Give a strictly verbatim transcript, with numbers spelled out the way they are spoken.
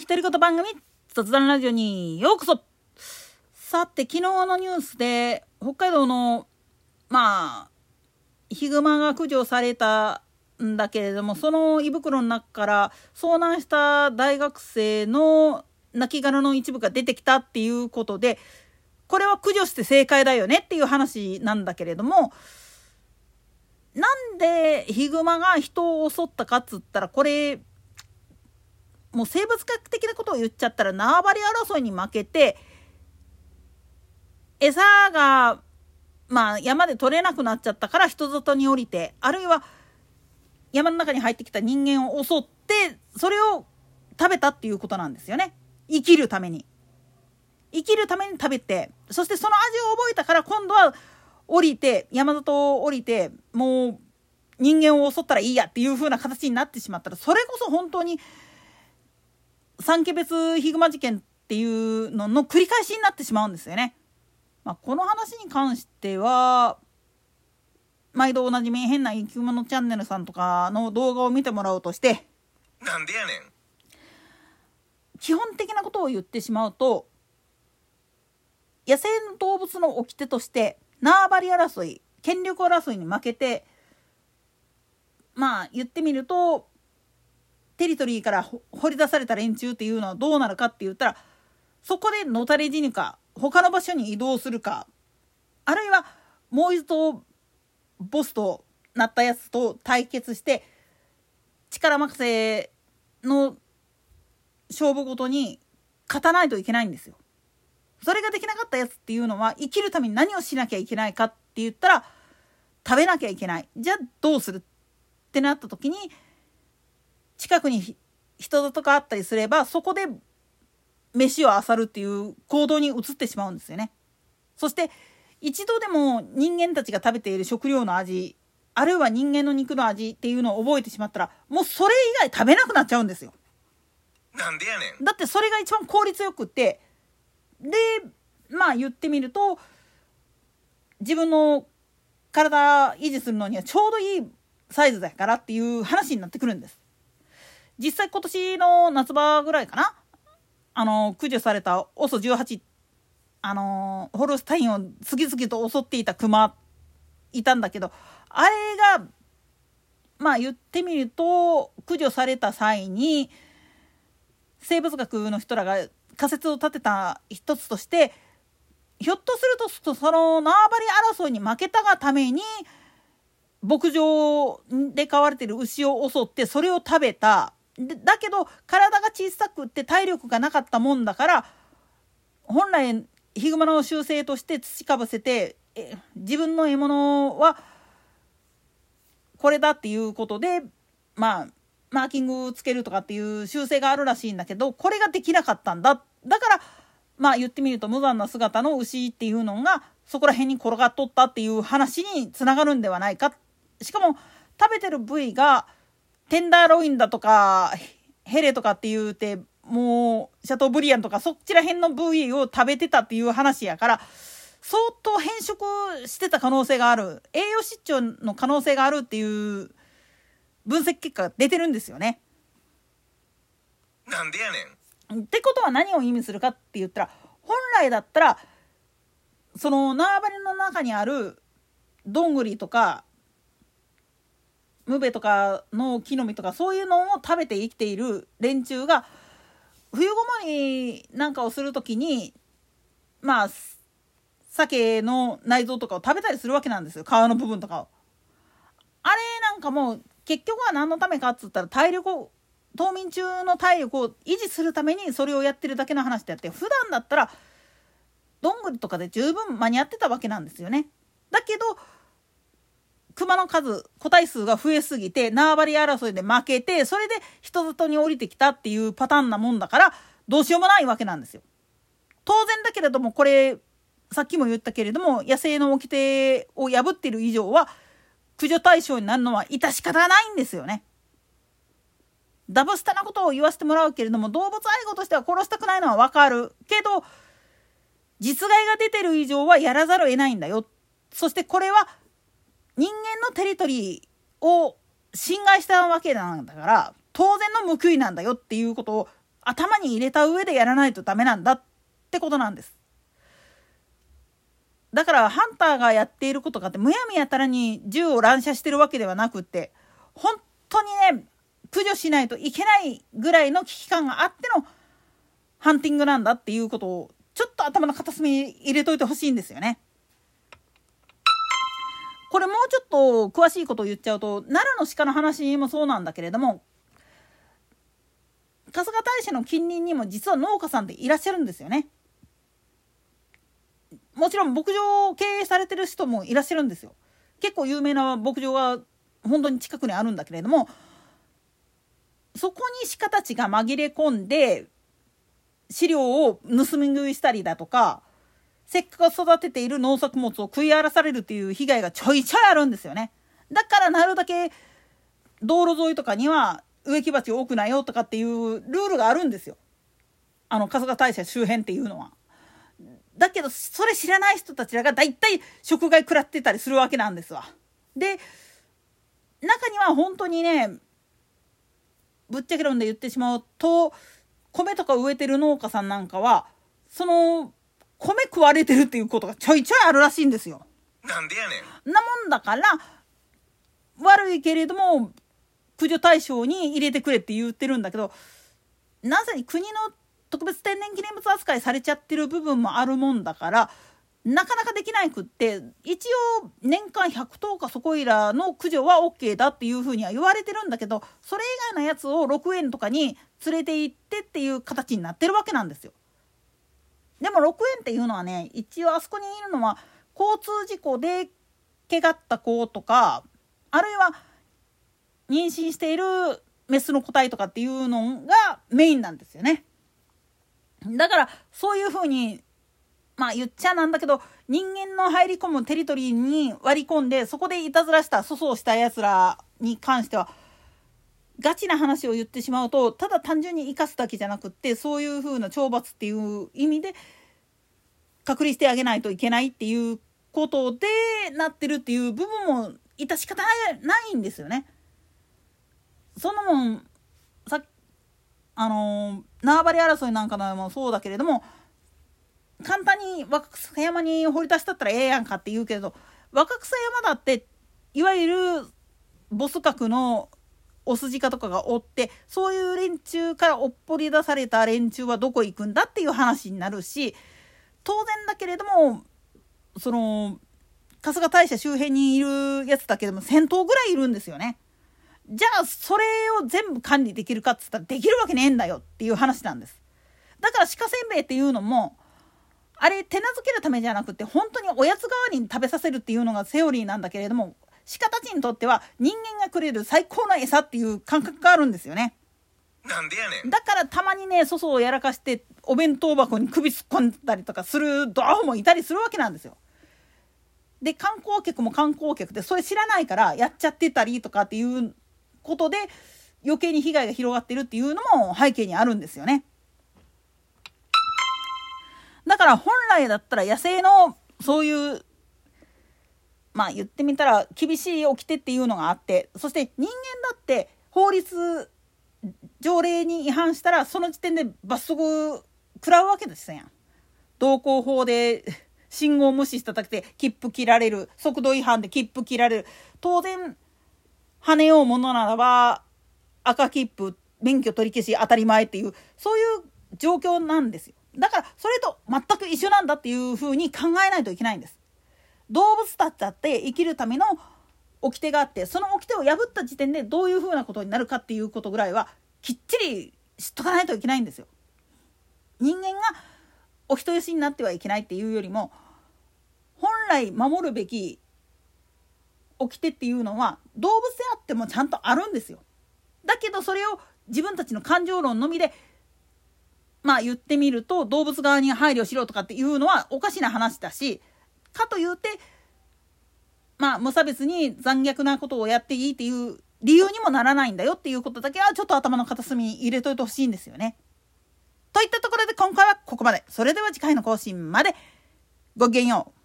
独り言番組雑談ラジオにようこそ。さて、昨日のニュースで北海道のまあヒグマが駆除されたんだけれども、その胃袋の中から遭難した大学生の亡骸の一部が出てきたっていうことで、これは駆除して正解だよねっていう話なんだけれども、なんでヒグマが人を襲ったかっつったら、これもう生物学的なことを言っちゃったら、縄張り争いに負けて餌がまあ山で取れなくなっちゃったから人里に降りて、あるいは山の中に入ってきた人間を襲ってそれを食べたっていうことなんですよね。生きるために生きるために食べて、そしてその味を覚えたから今度は降りて山里を降りてもう人間を襲ったらいいやっていう風な形になってしまったら、それこそ本当に三毛別ヒグマ事件っていうのの繰り返しになってしまうんですよね。まあ、この話に関しては毎度おなじみ変な生き物チャンネルさんとかの動画を見てもらうとして、 なんでやねん。 基本的なことを言ってしまうと、野生の動物の掟として縄張り争い、権力争いに負けて、まあ言ってみるとテリトリーから掘り出された連中っていうのはどうなるかって言ったら、そこでのたれ死ぬか他の場所に移動するか、あるいはもう一度ボスとなったやつと対決して力任せの勝負ごとに勝たないといけないんですよ。それができなかったやつっていうのは生きるために何をしなきゃいけないかって言ったら食べなきゃいけない。じゃあどうするってなった時に、近くに人里があったりすればそこで飯を漁るっていう行動に移ってしまうんですよね。そして一度でも人間たちが食べている食料の味、あるいは人間の肉の味っていうのを覚えてしまったら、もうそれ以外食べなくなっちゃうんですよ。 なんでやねん。 だってそれが一番効率よくって、でまあ言ってみると自分の体維持するのにはちょうどいいサイズだからっていう話になってくるんです。実際今年の夏場ぐらいかな、あの駆除されたオソじゅうはち、あのホルスタインを次々と襲っていたクマいたんだけど、あれがまあ言ってみると駆除された際に生物学の人らが仮説を立てた一つとして、ひょっとするとその縄張り争いに負けたがために牧場で飼われている牛を襲ってそれを食べた。だけど体が小さくって体力がなかったもんだから、本来ヒグマの習性として土かぶせてえ自分の獲物はこれだっていうことでまあマーキングつけるとかっていう習性があるらしいんだけど、これができなかったんだ。だからまあ言ってみると無残な姿の牛っていうのがそこら辺に転がっとったっていう話につながるんではないか。しかも食べてる部位がテンダーロインだとかヘレとかっていうて、もうシャトーブリアンとかそっちら辺の部位を食べてたっていう話やから、相当変色してた可能性がある、栄養失調の可能性があるっていう分析結果が出てるんですよね。 なんでやねん。 ってことは何を意味するかって言ったら、本来だったらその縄張りの中にあるどんぐりとかムベとかの木の実とかそういうのを食べて生きている連中が冬ごもりなんかをするときにまあ鮭の内臓とかを食べたりするわけなんですよ、皮の部分とかを。あれなんかも結局は何のためかっつったら体力を冬眠中の体力を維持するためにそれをやってるだけの話であって、普段だったらどんぐりとかで十分間に合ってたわけなんですよね。だけどクマの数個体数が増えすぎて縄張り争いで負けて、それで人里に降りてきたっていうパターンなもんだからどうしようもないわけなんですよ。当然だけれども、これさっきも言ったけれども野生の掟を破っている以上は駆除対象になるのは致し方ないんですよね。ダブスタなことを言わせてもらうけれども、動物愛護としては殺したくないのは分かるけど、実害が出てる以上はやらざるを得ないんだよ。そしてこれは人間のテリトリーを侵害したわけなんだから当然の報いなんだよっていうことを頭に入れた上でやらないとダメなんだってことなんです。だからハンターがやっていることがあって、むやみやたらに銃を乱射してるわけではなくって、本当にね駆除しないといけないぐらいの危機感があってのハンティングなんだっていうことをちょっと頭の片隅に入れといてほしいんですよね。これもうちょっと詳しいことを言っちゃうと、奈良の鹿の話もそうなんだけれども、春日大社の近隣にも実は農家さんっていらっしゃるんですよね。もちろん牧場を経営されてる人もいらっしゃるんですよ。結構有名な牧場が本当に近くにあるんだけれども、そこに鹿たちが紛れ込んで飼料を盗み食いしたりだとか、せっかく育てている農作物を食い荒らされるっていう被害がちょいちょいあるんですよね。だからなるだけ道路沿いとかには植木鉢を置くなよとかっていうルールがあるんですよ。あの春日大社周辺っていうのは。だけどそれ知らない人たちらがだいたい食害食らってたりするわけなんですわ。で、中には本当にね、ぶっちゃけ論で言ってしまうと、米とか植えてる農家さんなんかはその米食われてるっていうことがちょいちょいあるらしいんですよ。 なんでやねん。 なもんだから悪いけれども駆除対象に入れてくれって言ってるんだけど、なぜに国の特別天然記念物扱いされちゃってる部分もあるもんだから、なかなかできないくって、一応年間ひゃくとうかそこいらの駆除は OK だっていうふうには言われてるんだけど、それ以外のやつをろくえんとかに連れて行ってっていう形になってるわけなんですよ。でもろくえんっていうのはね、一応あそこにいるのは交通事故で怪我った子とか、あるいは妊娠しているメスの個体とかっていうのがメインなんですよね。だからそういうふうにまあ言っちゃなんだけど、人間の入り込むテリトリーに割り込んでそこでいたずらした粗相したやつらに関してはガチな話を言ってしまうと、ただ単純に生かすだけじゃなくって、そういう風な懲罰っていう意味で隔離してあげないといけないっていうことでなってるっていう部分も致し方ないんですよね。そんなもんさあの縄張り争いなんかのもそうだけれども、簡単に若草山に掘り出したったらええやんかって言うけれど、若草山だっていわゆるボス格のお筋家とかがおって、そういう連中からおっぽり出された連中はどこ行くんだっていう話になるし、当然だけれどもその春日大社周辺にいるやつだけでもせんとうぐらいいるんですよね。じゃあそれを全部管理できるかっつったらできるわけねえんだよっていう話なんです。だから鹿せんべいっていうのもあれ手なずけるためじゃなくて、本当におやつ代わりに食べさせるっていうのがセオリーなんだけれども、鹿たちにとっては人間がくれる最高の餌っていう感覚があるんですよね。 なんでやねん。 だからたまにね、粗相をやらかしてお弁当箱に首突っ込んだりとかするドアホもいたりするわけなんですよ。で観光客も観光客でそれ知らないからやっちゃってたりとかっていうことで余計に被害が広がってるっていうのも背景にあるんですよね。だから本来だったら野生のそういうまあ言ってみたら厳しい掟っていうのがあって、そして人間だって法律条例に違反したらその時点で罰則食らうわけですやん。道交法で信号無視しただけで切符切られる、速度違反で切符切られる、当然跳ねようものならば赤切符免許取り消し当たり前っていう、そういう状況なんですよ。だからそれと全く一緒なんだっていうふうに考えないといけないんです。動物たちだって生きるための掟があって、その掟を破った時点でどういうふうなことになるかっていうことぐらいはきっちり知っとかないといけないんですよ。人間がお人よしになってはいけないっていうよりも、本来守るべき掟っていうのは動物であってもちゃんとあるんですよ。だけどそれを自分たちの感情論のみでまあ言ってみると動物側に配慮しろとかっていうのはおかしな話だし、かというてまあ無差別に残虐なことをやっていいっていう理由にもならないんだよっていうことだけはちょっと頭の片隅に入れといてほしいんですよね。といったところで今回はここまで。それでは次回の更新までごきげんよう。